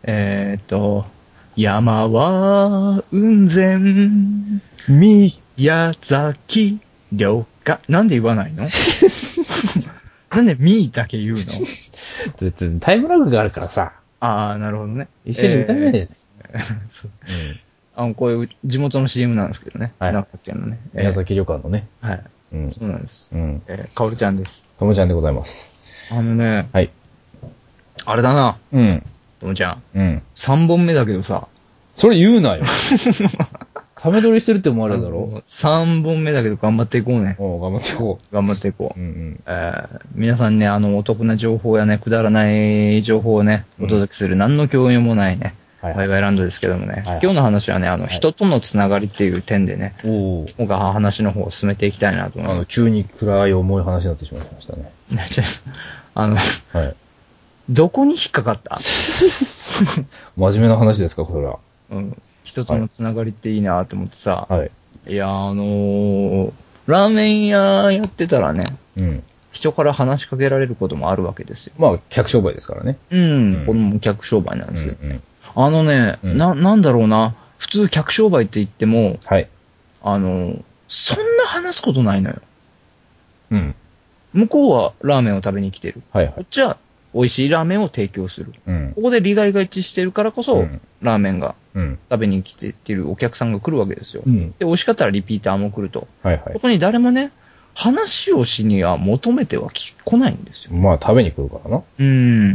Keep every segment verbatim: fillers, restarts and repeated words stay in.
えーっと、山は雲仙、宮崎、了解。なんで言わないのなんでミーだけ言うのタイムラグがあるからさ。 ああ、なるほどね。 一緒に歌えないじゃない。 えーそうあの、こういう地元の シーエム なんですけどね。 はい。 長崎県のね。えー宮崎旅館のね。 はい。 うん。 そうなんです。 うん。 えー、かおるちゃんです。 ともちゃんでございます。 あのね、 はい。 あれだな、 うん。 ともちゃん。 うん。 さんぼんめだけどさ。 それ言うなよ。ため撮りしてるって思われるだろ。 さんぼんめだけど頑張っていこうね。 おう、頑張っていこう。 頑張っていこう。 うんうん。 えー、皆さんね、あの、お得な情報やね、くだらない情報をね、お届けする、うん、何の教養もないね、 はいはい、 ワイワイランドですけどもね、はいはい、今日の話はね、あの、はい、人とのつながりっていう点でね、今回話の方を進めていきたいなと思います。 あの、急に暗い重い話になってしまいましたね。 あの、はい、どこに引っかかった真面目な話ですか、これは。 うん。人とのつながりっていいなと思ってさ、 はい。 いや、あのー、ラーメン屋やってたらね、うん。人から話しかけられることもあるわけですよ。 まあ、客商売ですからね。 うん。うん、これも客商売なんですけど、ね、うんうん、あのね、 うん、 な、なんだろうな。普通客商売って言っても、 はい。 あの、そんな話すことないのよ。 うん。 向こうはラーメンを食べに来てる。 はいはい。 こっちは美味しいラーメンを提供する。うん、ここで利害が一致してるからこそ、うん、ラーメンが食べに来てっていうお客さんが来るわけですよ。うん、で、美味しかったらリピーターも来ると。はいはい。そこに誰もね、話をしには求めては来ないんですよ。 まあ、食べに来るからな。 うん。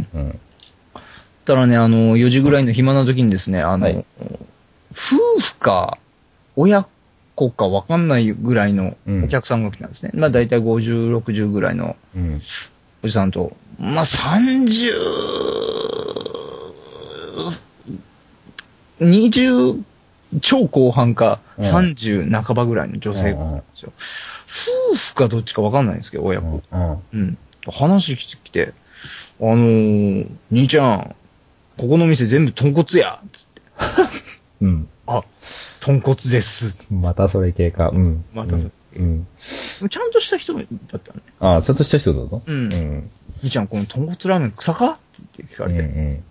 うん。たらね、あの、よじぐらいの暇な時にですね、あの、はい、夫婦か、親子かわかんないぐらいのお客さんが来たんですね。うん、まあ、だいたいごじゅう、ろくじゅうぐらいのおじさんと、まあ、さんじゅう、にじゅう超後半か、さんじゅう半ばぐらいの女性が来たんですよ。夫婦かどっちかわかんないんですけど、親子。うんうん、話来て、あのー、兄ちゃん、ここの店全部豚骨やつって。うん。あ、豚骨です。 またそれ系か。うん。 またそれ系。うん。ちゃんとした人だったね。 ああ、ちゃんとした人だとうん。うん。兄ちゃん、この豚骨ラーメン草かって聞かれて。うんうん。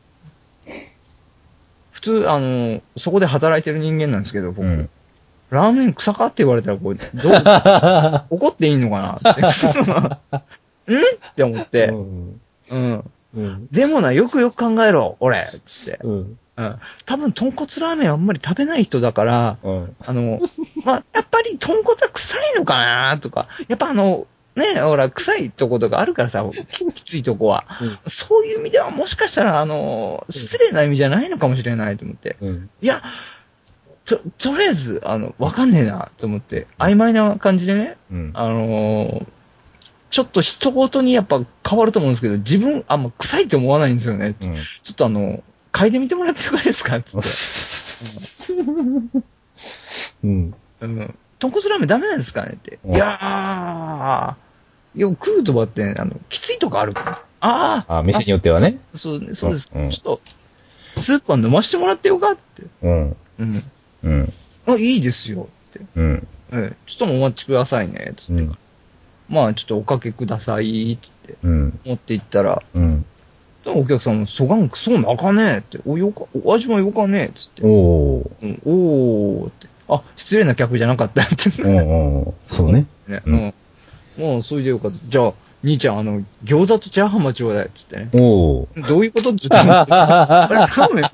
普通、あのー、そこで働いてる人間なんですけど、僕。うん、ラーメン草かって言われたら、こう、どう、怒っていいのかなって。んって思って。うん。うんうん、でもな、よくよく考えろ、俺つって。うん。うん。多分、豚骨ラーメンあんまり食べない人だから、うん、あの、まあ、やっぱり豚骨は臭いのかなとか、やっぱあの、ね、ほら、臭いとことかあるからさ、き, きついとこは、うん。そういう意味ではもしかしたら、あの、失礼な意味じゃないのかもしれないと思って。うん、いや、と、とりあえず、あの、わかんねえなと思って、曖昧な感じでね、うん、あのー、ちょっと一言にやっぱ変わると思うんですけど、自分あんま臭いって思わないんですよね。うん、ちょっとあの、嗅いでみてもらってよくないですかつって。うん。うん。豚骨ラーメンダメなんですかねって。いやー、よく食うとばって、あの、きついとこあるから。ああ。あ、店によってはね。 そうね、そうです、うん。ちょっと、スーパー飲ましてもらってよかって。うん。うん。うん。あ、いいですよって。うん。ええ、ちょっとお待ちくださいね、つって。うん、まあ、ちょっとおかけください、つって。うん。持って行ったら、うん。お客さんも、そがんくそなかねえって。お、よか、お味もよかねえ、つって。おー。うん、おーって。あ、失礼な客じゃなかったって。 うんうん。そうね。 ね。うん。もう、それでよかった。じゃあ、兄ちゃん、あの、餃子とチャーハンもちょうだい、つってね。おー。どういうことって言っても、あれ、ラーメン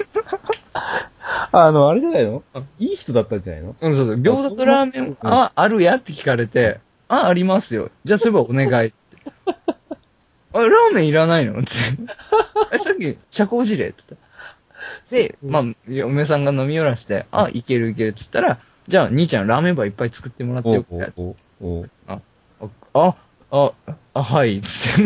あの、あれじゃないのいい人だったんじゃないのうん、そうそう。餃子とラーメン、あ、あるやって聞かれて、あ、ありますよ。じゃあ、そういえばお願い。あ、ラーメンいらないのって。え、さっき、社交辞令って言った。で、まあ、嫁さんが飲み寄らして、あ、いけるいけるって言ったら、じゃあ、兄ちゃんラーメンバーいっぱい作ってもらってよ、やつ。あ、あ、あ、あ、はい、つって。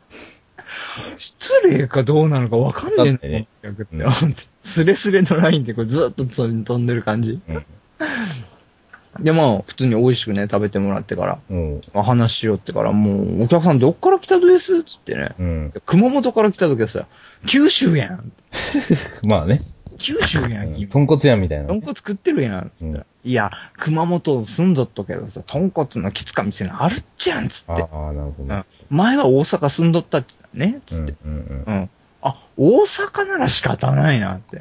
失礼かどうなのかわかんねえんだよ、逆って。スレスレのラインでこれずっと飛んでる感じ。うんで、まあ、普通に美味しくね、食べてもらってから、うん、話しようってから、もう、お客さんどっから来たとですつってね、うん、熊本から来た時はさ、九州やんまあね。 九州やん、君。 豚骨やんみたいな、ね。 豚骨食ってるやん、つったら、うん。いや、熊本住んどっとけどさ、豚骨のきつか店のあるっちゃん、つって。ああ、なるほど、ねうん。前は大阪住んどったね、つって。うん、うんうん、うん。あ、 大阪なら仕方ないなって。 うん。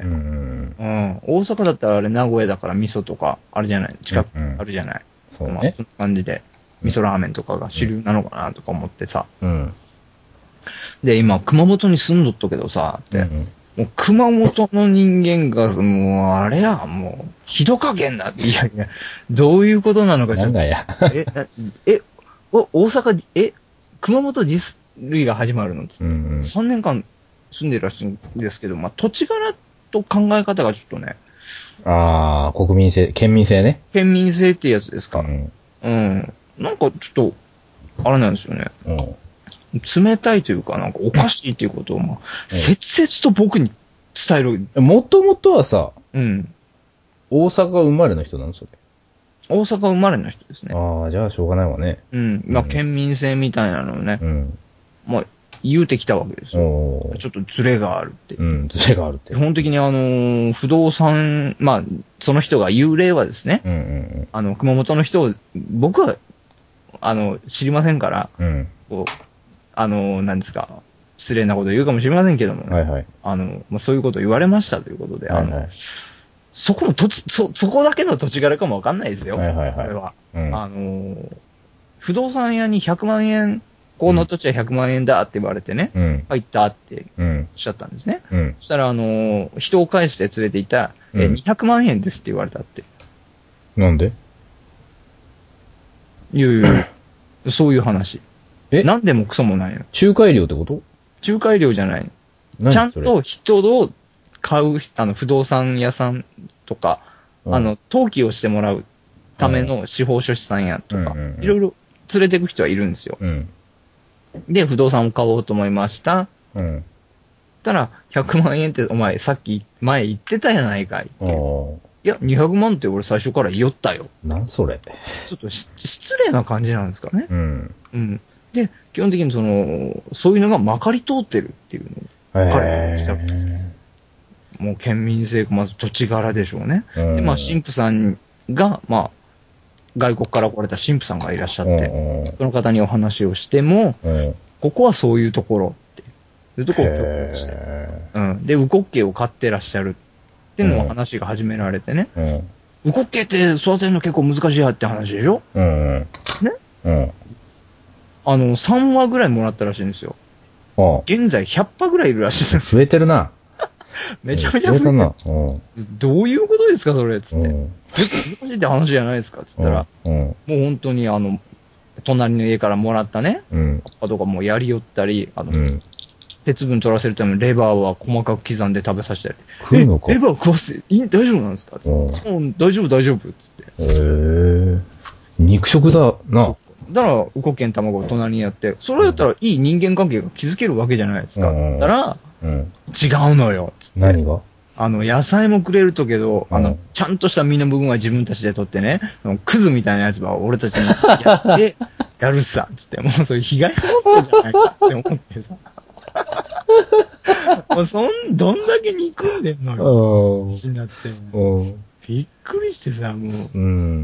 うん。大阪だったらあれ名古屋だから味噌とか、あれじゃない、近くあるじゃない。 うんうん、そうね。 まあ、そんな感じで、味噌ラーメンとかが主流なのかなとか思ってさ。 うん。 で、今、熊本に住んどったけどさ、って。うんもう熊本の人間が、もう、あれや、もう、ひどかげんなって。いやいや、どういうことなのかちょっと。 なんだや。 え、え、お、大阪、え、熊本ディス類が始まるのつって、うんうん、さんねんかん住んでるらしいんですけど、まあ、土地柄と考え方がちょっとね。 ああ、国民性、県民性ね。 県民性ってやつですか。うん。うん。なんかちょっと、あれなんですよね。うん。冷たいというか、なんかおかしいということを、まあ、切々と僕に伝える。 もともとはさ、 うん。 大阪生まれの人なんですよ。 大阪生まれの人ですね。 ああ、じゃあしょうがないわね。 うん。まあ、県民性みたいなのをね。うん。まあ、言うてきたわけですよ。ちょっとズレがあるって。 うん、ズレがあるって。 基本的にあのー、不動産、まあ、その人が言う例はですね。うんうんうん。あの、熊本の人を、僕は、あの、知りませんから。うん。こうあの、何ですか、失礼なこと言うかもしれませんけども、はいはい。あの、まあ、そういうことを言われましたということで、はいはい、あの、そこの土地、そ、そこだけの土地柄かもわかんないですよ。はいはいはい。これは。うん、あの、不動産屋にひゃくまんえん、この土地はひゃくまんえんだって言われてね、うん、入ったっておっしゃったんですね。うん、そしたら、あの、人を返して連れていた、うん、え、にひゃくまんえんですって言われたって。 なんで？ いやいやいや、そういう話。えなんでもクソもないの。 仲介料ってこと？ 仲介料じゃないの。ちゃんと人を買う、あの、不動産屋さんとか、うん、あの、登記をしてもらうための司法書士さんやとか、いろいろ連れていく人はいるんですよ。うん、で、不動産を買おうと思いました。うん。たら、ひゃくまんえんってお前さっき前言ってたやないかいっていう。いや、にひゃくまんって俺最初から言おったよ。 なんそれ。 ちょっと失礼な感じなんですかね。うん。うん。で、基本的にその、そういうのがまかり通ってるっていうのを、彼がした。もう県民性か、まず土地柄でしょうね。で、まあ、神父さんが、まあ、外国から来られた神父さんがいらっしゃって、その方にお話をしても、ここはそういうところっていうところを共有して、うん。で、ウコッケを飼ってらっしゃるっていうのも話が始められてね。ウコッケって育てるの結構難しいやって話でしょ、うん、ね、うん、あの、さんわぐらいもらったらしいんですよ。ああ現在ひゃっぱぐらいいるらしいです。 増えてるな。 めちゃめちゃ増えてるな。うん、どういうことですか、それつって。結構難しいって話じゃないですかつったら、うん、もう本当にあの、隣の家からもらったね、うん、葉っぱとかもやりよったり、あの、うん、鉄分取らせるためにレバーは細かく刻んで食べさせたり。 食うのか？ え、レバー食わせていい大丈夫なんですかつって。うん、大丈夫大丈夫つって。 へー。肉食だな。 だから、ウコッケン卵を隣にやって、それだったらいい人間関係が築けるわけじゃないですか。うん、だから、うん、違うのよ。つって何が？ あの、野菜もくれるとけど、あの、うん、ちゃんとした身の部分は自分たちで取ってね、クズみたいなやつは俺たちにやって、やるさ、つって、もうそういう被害放送じゃないかって思ってさ。もうそん、どんだけ憎んでんのよ。死になって。びっくりしてさ、もう。うん。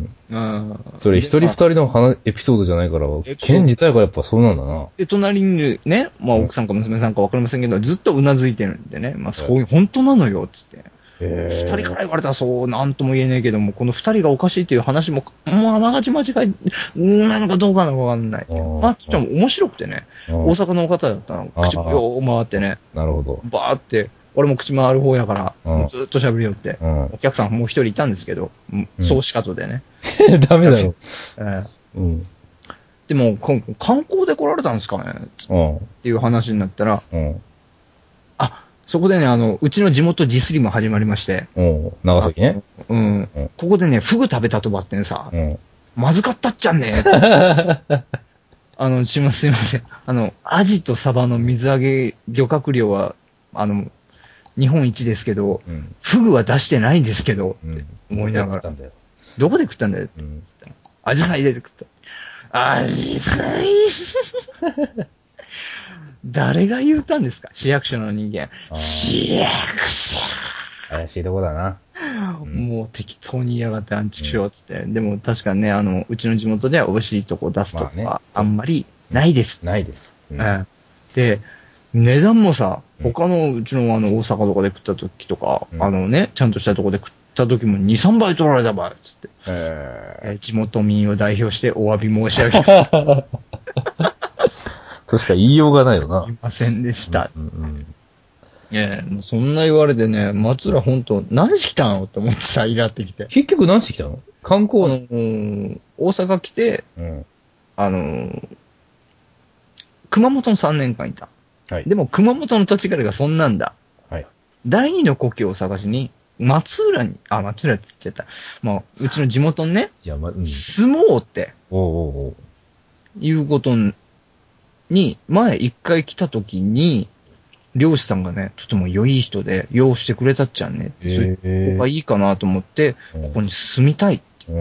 あそれ一人二人の話、エピソードじゃないから、県自体がやっぱそうなんだな。 で、隣にいるね、まあ奥さんか娘さんかわかりませんけど、ずっとうなずいてるんでね、まあそういう、本当なのよ、つって。二人から言われたらそう、なんとも言えねえけども、この二人がおかしいっていう話も、もうあながち間違いなのかどうかなのかわかんない。まあ、でも面白くてね、大阪の方だったの、口もよー回ってね、 なるほど。 バーって、俺も口回る方やから、ずっと喋りよって、お客さんもう一人いたんですけど、総仕方でね。 ダメだろ。 うん、でも、観光で来られたんですかねっていう話になったら、あ、そこでね、あの、うちの地元ディスりも始まりまして。 長崎ね。 うん。ここでね、フグ食べたとばってんさ、まずかったっちゃんね。あの、すいません、すいません。あの、アジとサバの水揚げ漁獲量は、あの、日本一ですけど、うん、フグは出してないんですけど、うん、って思いながら。どこで食ったんだよ、うん、つったら。アジサイで食った。アジサイ誰が言うたんですか市役所の人間。市役所怪しいとこだな。 うん、もう適当に言いやがってアンチクショーっつって、うん。でも確かにね、あの、うちの地元では美味しいとこ出すとかはあんまりないです。 ないです。 うん。で、 値段もさ、他のうちのあの大阪とかで食った時とか、 うん、 あのね、ちゃんとしたとこで食った時もに、さんばい取られたばいつって。 えー、地元民を代表してお詫び申し上げます。 としか言いようがないよな。 すいませんでした。 うんうん、 いやもうそんな言われてね、松浦ほんと何し来たのって思ってさ、イラってきて。 結局何し来たの？観光の、 うん、大阪来て、 うん、 あの、熊本のさんねんかんいた。 はい。 でも熊本の土地柄がそんなんだ。 はい。 第二の故郷を探しに、松浦に、あ、松浦って言っちゃった。まあ、うちの地元にね、 じゃあ、ま、うん。 住もうって、 おうおうおう。 いうことに、前一回来た時に、漁師さんがね、とても良い人で、用してくれたっちゃんね。 へーそれここがいいかなと思って、 うんここに住みたいって。 うん。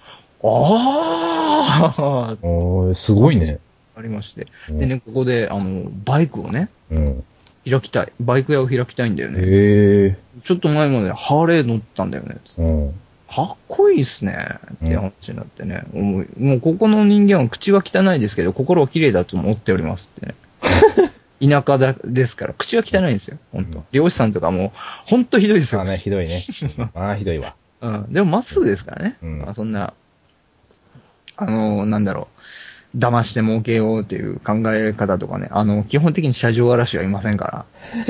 ああおー、すごいね。 ありまして。 うんでね、ここで、あの、バイクをね、 うん。 開きたい。バイク屋を開きたいんだよね。 へえ。 ちょっと前までハーレー乗ってたんだよね。 うん。 かっこいいっすね。って話になってね。もう、もうここの人間は口は汚いですけど、心は綺麗だと思っておりますってね。田舎だですから、口は汚いんですよ。本当、うん、漁師さんとかも、本当ひどいですよ。 ああね、ひどいね。ああ、ひどいわ。 うん。でもまっすぐですからね。 うん。 まあ、そんな、あのー、なんだろう。騙して儲けようっていう考え方とかね。あの、基本的に車上荒らしはいませんから。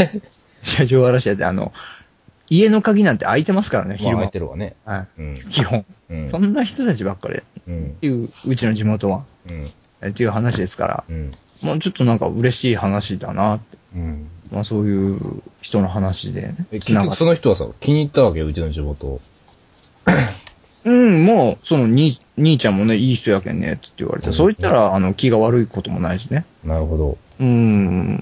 車上荒らしやって、あの、家の鍵なんて開いてますからね、 昼間。まあ、開いてるわね。 はい。 うん、 基本、うん。そんな人たちばっかり。うん。っていう、うちの地元は。うん。っていう話ですから。うん。まあちょっとなんか嬉しい話だなって。うん。まあそういう人の話でね。 え、結局その人はさ、気に入ったわけよ、うちの地元。 うん、もう、その、に、兄ちゃんもね、いい人やけんね、って言われて、うん、そう言ったら、あの、気が悪いこともないしね。 なるほど。 うん。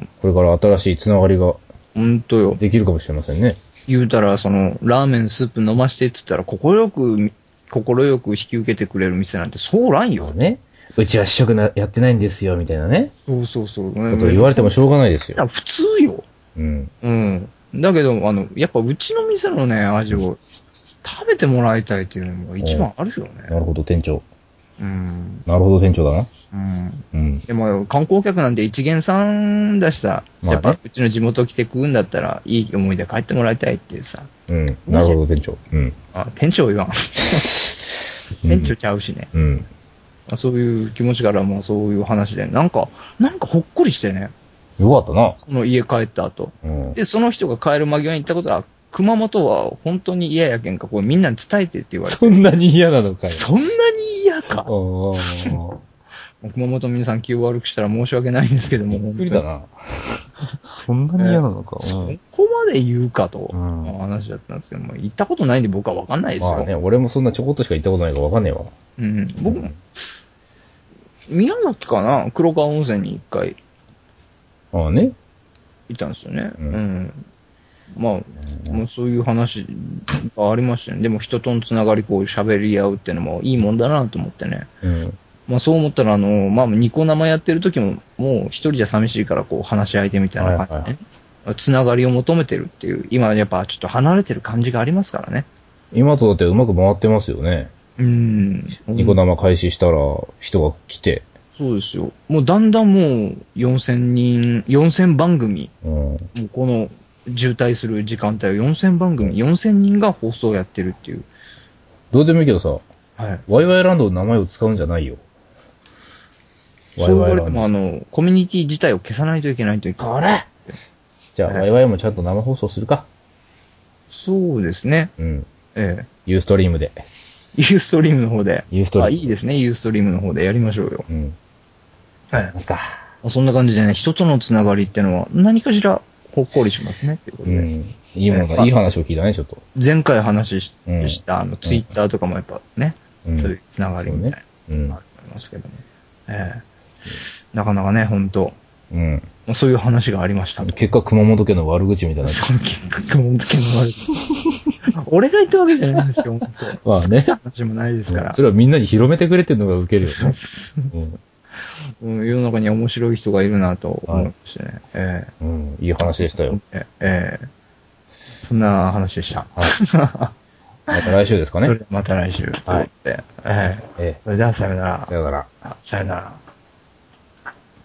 これから新しいつながりが、 ほんとよ。 できるかもしれませんね。 言うたら、その、ラーメン、スープ飲ましてって言ったら、心よく、心よく引き受けてくれる店なんて、そうらんよ。 ね。うちは試食なやってないんですよ、みたいなね。 そうそうそう。 こと言われてもしょうがないですよ。 普通よ。うん。うん。だけど、あの、やっぱうちの店のね、味を食べてもらいたいっていうのが一番あるよね。 なるほど、店長。 うん。 なるほど、店長だな。 うん。うん。でも、観光客なんて一元さんだしさ、まあね、やっぱうちの地元来て食うんだったら、いい思い出帰ってもらいたいっていうさ。 うん。なるほど、店長。うん。 あ、店長言わん。店長ちゃうしね。うん。そういう気持ちからもそういう話で、なんか、なんかほっこりしてね。 よかったな。 その家帰った後。うん、で、その人が帰る間際に言ったことは、熊本は本当に嫌やけんか、これみんなに伝えてって言われて。 そんなに嫌なのかい。 そんなに嫌か。熊本皆さん気を悪くしたら申し訳ないんですけども。 びっくりだな。そんなに嫌なのか。 えー、そこまで言うかと、うん、話だったんですけども、行ったことないんで僕は分かんないですよ。 まあね、俺もそんなちょこっとしか行ったことないから分かんねえわ。 うん、僕も、うん、宮崎かな黒川温泉に一回。 ああね。 行ったんですよね。うん。うん、まあ、うん、もうそういう話がありましたね。でも人とのつながりこう喋り合うっていうのもいいもんだなと思ってね。うん。まあそう思ったら、あの、まあニコ生やってる時ももう一人じゃ寂しいからこう話し相手みたいな感じでね。はいはい、つながりを求めてるっていう、今やっぱちょっと離れてる感じがありますからね。 今とだってうまく回ってますよね。うん。ニコ生開始したら人が来て。 そうですよ。もうだんだんもうよんせんにん、よんせんばん組。うん、もうこの渋滞する時間帯をよんせんばん組、よんせんにんが放送やってるっていう。 どうでもいいけどさ、はい、ワイワイランドの名前を使うんじゃないよ。 ワイワイランド。そう言われてもあの、コミュニティ自体を消さないといけないというか。 あれじゃあ、はい、ワイワイもちゃんと生放送するか。 そうですね。うん。ええ。 ユーストリームで。 ユーストリームの方で。 ユーストリーム。あ、 いいですね、ユーストリームの方でやりましょうよ。うん。はい。 ますか。 そんな感じでね、人とのつながりってのは何かしらほっこりしますねっていうことで。うん。 いいものが、いい話を聞いたね、ちょっと。 前回話し、うん、した、あの、ツイッターとかもやっぱね、うん、そういうつながりみたいな、うん、あると思いますけどね。ええー、なかなかね、ほんと。うん。そういう話がありました。 結果、熊本家の悪口みたいな。 そう、結果、熊本家の悪口。俺が言ったわけじゃないんですよ、本当。 まあね。 話もないですから。 それはみんなに広めてくれてるのがウケるよね。 うん、世の中に面白い人がいるなと思いましたね。はい、えーうん。いい話でしたよ。 ええー、そんな話でした。 はい、また来週ですかね。 それではまた来週。はい。えー、えー、それではさよなら。 さよなら。 さよなら。